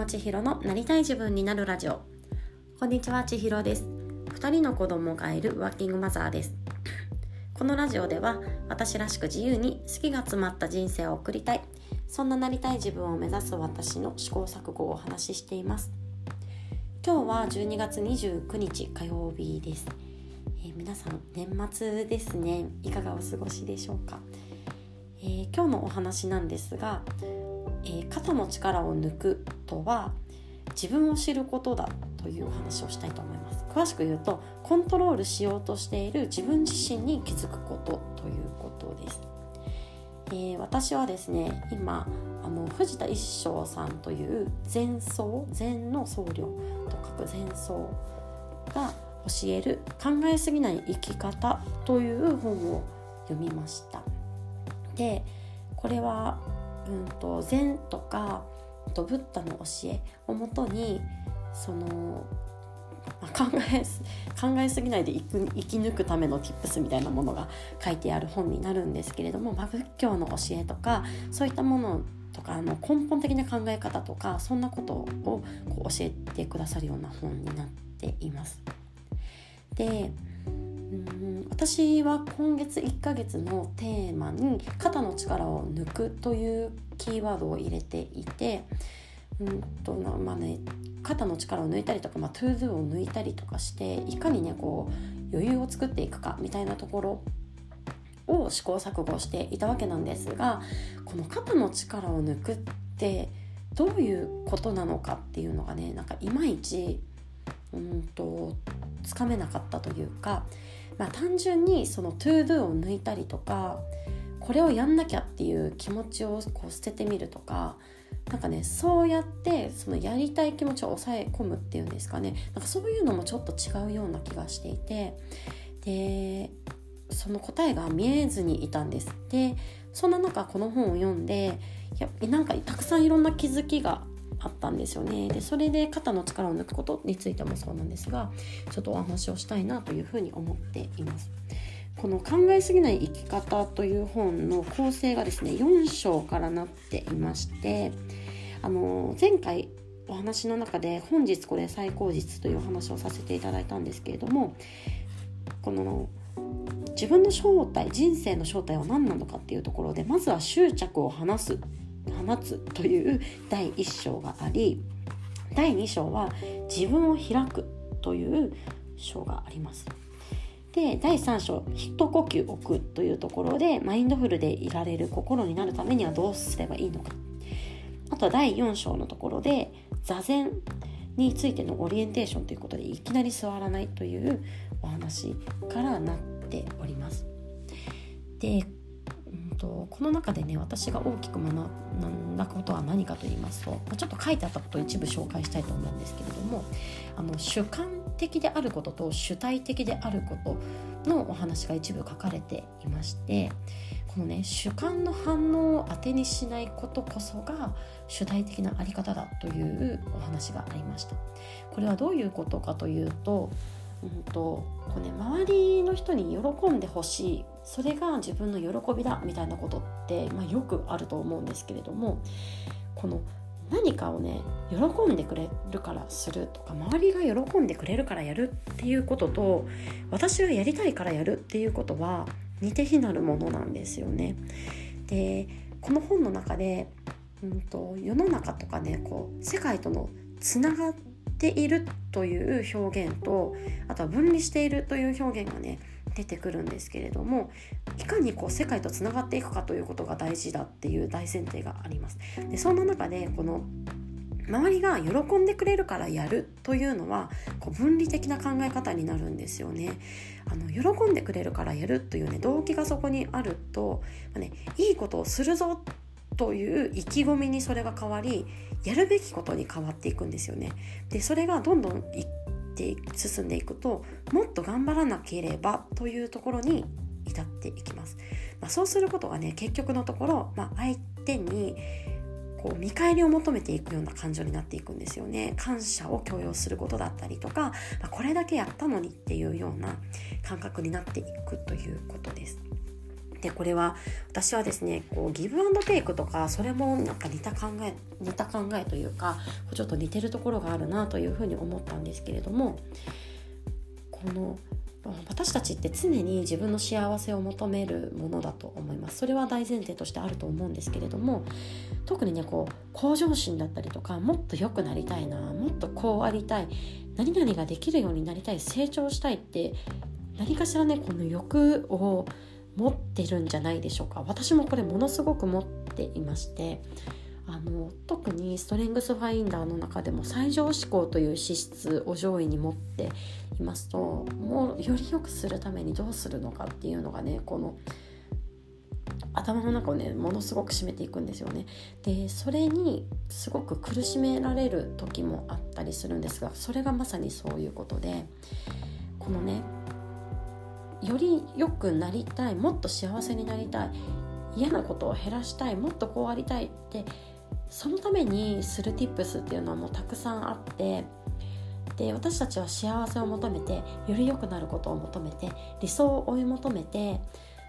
千尋のなりたい自分になるラジオ。こんにちは、千尋です。2人の子供がいるワーキングマザーです。このラジオでは私らしく自由に好きが詰まった人生を送りたい、そんななりたい自分を目指す私の試行錯誤をお話ししています。今日は12月29日火曜日です。皆さん年末ですね。いかがお過ごしでしょうか。今日のお話なんですが、肩の力を抜くとは自分を知ることだというお話をしたいと思います。詳しく言うと、コントロールしようとしている自分自身に気づくことということです。私はですね、今藤田一生さんという禅の僧侶と書く禅僧が教える考えすぎない生き方という本を読みました。で、これは禅とかブッダの教えをもとに考えすぎないで生き抜くための tips みたいなものが書いてある本になるんですけれども、仏教の教えとかそういったものとか根本的な考え方とかそんなことを教えてくださるような本になっています。で、私は今月1ヶ月のテーマに肩の力を抜くというキーワードを入れていて、肩の力を抜いたりとか、トゥードゥを抜いたりとかしていかに余裕を作っていくかみたいなところを試行錯誤していたわけなんですが、この肩の力を抜くってどういうことなのかっていうのがね、いまいちつかめなかったというか、単純にそのトゥードゥを抜いたりとか、これをやんなきゃっていう気持ちを捨ててみるとか、そうやってそのやりたい気持ちを抑え込むっていうんですかね、そういうのもちょっと違うような気がしていて、でその答えが見えずにいたんです。でそんな中、この本を読んでたくさんいろんな気づきがあったんですよね。でそれで肩の力を抜くことについてもそうなんですが、ちょっとお話をしたいなというふうに思っています。この考えすぎない生き方という本の構成がですね、4章からなっていまして、前回お話の中で本日これ最高日というお話をさせていただいたんですけれども、この自分の正体、人生の正体は何なのかっていうところで、まずは執着を放つという第1章があり、第2章は自分を開くという章があります。で、第3章、一呼吸置くというところで、マインドフルでいられる心になるためにはどうすればいいのか。あとは第4章のところで、座禅についてのオリエンテーションということで、いきなり座らないというお話からなっております。で、この中でね、私が大きく学んだことは何かと言いますと、ちょっと書いてあったことを一部紹介したいと思うんですけれども、主観的であることと主体的であることのお話が一部書かれていまして、このね、主観の反応を当てにしないことこそが主体的なあり方だというお話がありました。これはどういうことかというと、周りの人に喜んでほしい、それが自分の喜びだみたいなことって、よくあると思うんですけれども、この何かをね、喜んでくれるからするとか、周りが喜んでくれるからやるっていうことと、私がやりたいからやるっていうことは似て非なるものなんですよね。で、この本の中で、世の中とかね、世界とのつながっているという表現と、あとは分離しているという表現がね出てくるんですけれども、いかに世界とつながっていくかということが大事だっていう大前提があります。でそんな中で、この周りが喜んでくれるからやるというのは分離的な考え方になるんですよね。喜んでくれるからやるというね、動機がそこにあると、いいことをするぞという意気込みにそれが変わり、やるべきことに変わっていくんですよね。でそれがどんどん進んでいくと、もっと頑張らなければというところに至っていきます。そうすることがね、結局のところ、相手に見返りを求めていくような感情になっていくんですよね。感謝を強要することだったりとか、これだけやったのにっていうような感覚になっていくということです。 でこれは私はですねこうギブアンドテイクとかそれもなんか似た考えというかちょっと似てるところがあるなというふうに思ったんですけれども、この私たちって常に自分の幸せを求めるものだと思います。それは大前提としてあると思うんですけれども、特にねこう向上心だったりとか、もっと良くなりたいな、もっとこうありたい、何々ができるようになりたい、成長したいって何かしらねこの欲を持ってるんじゃないでしょうか。私もこれものすごく持っていまして、特にストレングスファインダーの中でも最上志向という資質を上位に持っていますと、もうより良くするためにどうするのかっていうのがねこの頭の中をねものすごく占めていくんですよね。でそれにすごく苦しめられる時もあったりするんですが、それがまさにそういうことで、このねより良くなりたい、もっと幸せになりたい、嫌なことを減らしたい、もっとこうありたいって、そのためにする tips っていうのはもうたくさんあって、で私たちは幸せを求めて、より良くなることを求めて、理想を追い求めて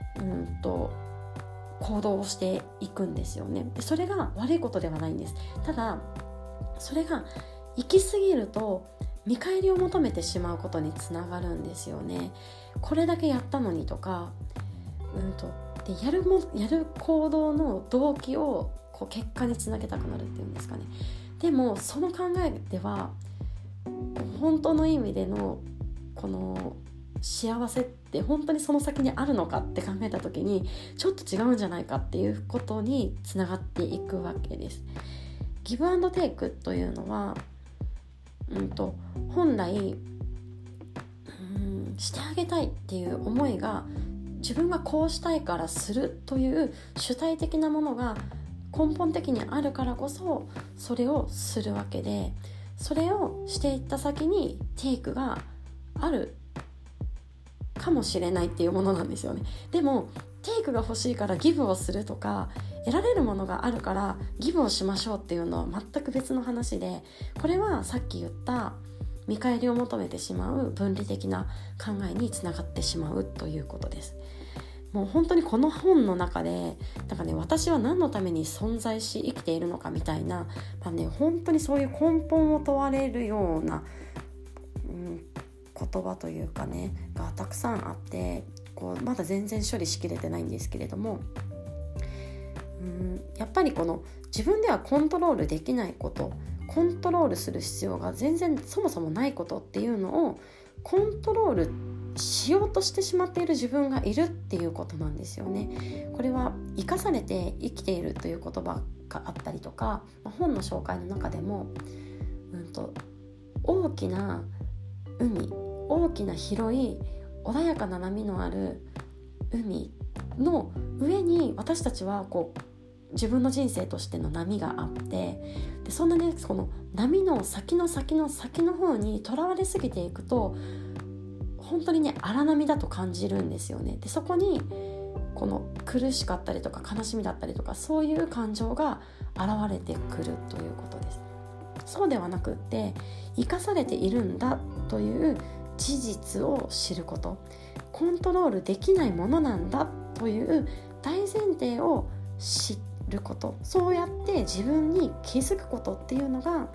行動をしていくんですよね。でそれが悪いことではないんです。ただそれが行き過ぎると見返りを求めてしまうことにつながるんですよね。これだけやったのにとか、でやる行動の動機をこう結果につなげたくなるっていうんですかね。でもその考えでは本当の意味でのこの幸せって本当にその先にあるのかって考えた時にちょっと違うんじゃないかっていうことにつながっていくわけです。ギブアンドテイクというのは、本来してあげたいっていう思いが自分がこうしたいからするという主体的なものが根本的にあるからこそそれをするわけで、それをしていった先にテイクがあるかもしれないっていうものなんですよね。でもテイクが欲しいからギブをするとか、得られるものがあるからギブをしましょうっていうのは全く別の話で、これはさっき言った見返りを求めてしまう分離的な考えにつながってしまうということです。もう本当にこの本の中で私は何のために存在し生きているのかみたいな、本当にそういう根本を問われるような、言葉というかねがたくさんあって、まだ全然処理しきれてないんですけれども、やっぱりこの自分ではコントロールできないこと、コントロールする必要が全然そもそもないことっていうのをコントロールしようとしてしまっている自分がいるっていうことなんですよね。これは生かされて生きているという言葉があったりとか、本の紹介の中でも、大きな海、大きな広い穏やかな波のある海の上に私たちは自分の人生としての波があって、でそんなねこの波の先の方にとらわれすぎていくと本当にね荒波だと感じるんですよね。でそこにこの苦しかったりとか悲しみだったりとかそういう感情が現れてくるということです。そうではなくって生かされているんだという事実を知ること、コントロールできないものなんだという大前提を知ること、そうやって自分に気づくことっていうのが、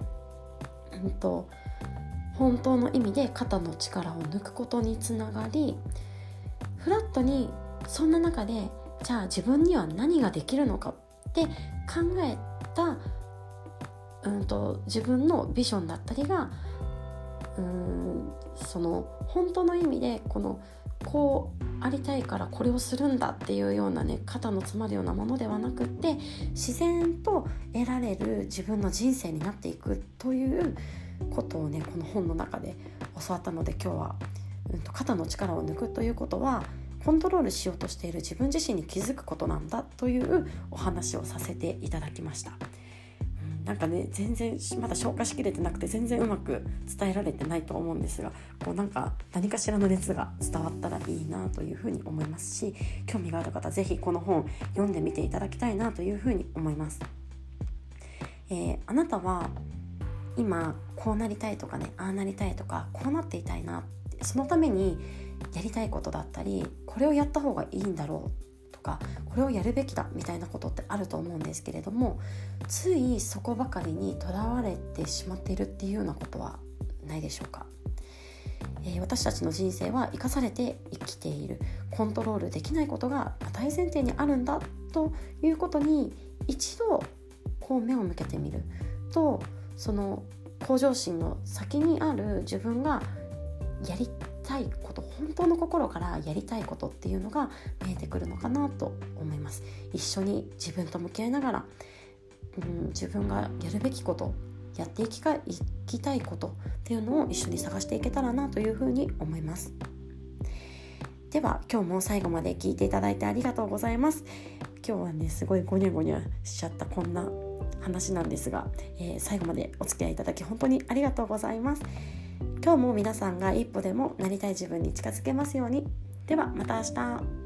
本当の意味で肩の力を抜くことにつながり、フラットにそんな中でじゃあ自分には何ができるのかって考えた、自分のビジョンだったりがその本当の意味でこうありたいからこれをするんだっていうようなね肩の詰まるようなものではなくって、自然と得られる自分の人生になっていくということをねこの本の中で教わったので、今日は、肩の力を抜くということはコントロールしようとしている自分自身に気づくことなんだというお話をさせていただきました。全然まだ消化しきれてなくて全然うまく伝えられてないと思うんですが、何かしらの熱が伝わったらいいなというふうに思いますし、興味がある方ぜひこの本読んでみていただきたいなというふうに思います。あなたは今こうなりたいとかね、ああなりたいとかこうなっていたいな、そのためにやりたいことだったりこれをやった方がいいんだろうとかこれをやるべきだみたいなことってあると思うんですけれども、ついそこばかりにとらわれてしまっているっていうようなことはないでしょうか。私たちの人生は生かされて生きている、コントロールできないことが大前提にあるんだということに一度こう目を向けてみると、その向上心の先にある自分がやりたいこと、本当の心からやりたいことっていうのが見えてくるのかなと思います。一緒に自分と向き合いながら、自分がやるべきこと、やっていきたいことっていうのを一緒に探していけたらなというふうに思います。では今日も最後まで聞いていただいてありがとうございます。今日はねすごいゴニャゴニャしちゃったこんな話なんですが、最後までお付き合いいただき本当にありがとうございます。今日も皆さんが一歩でもなりたい自分に近づけますように。ではまた明日。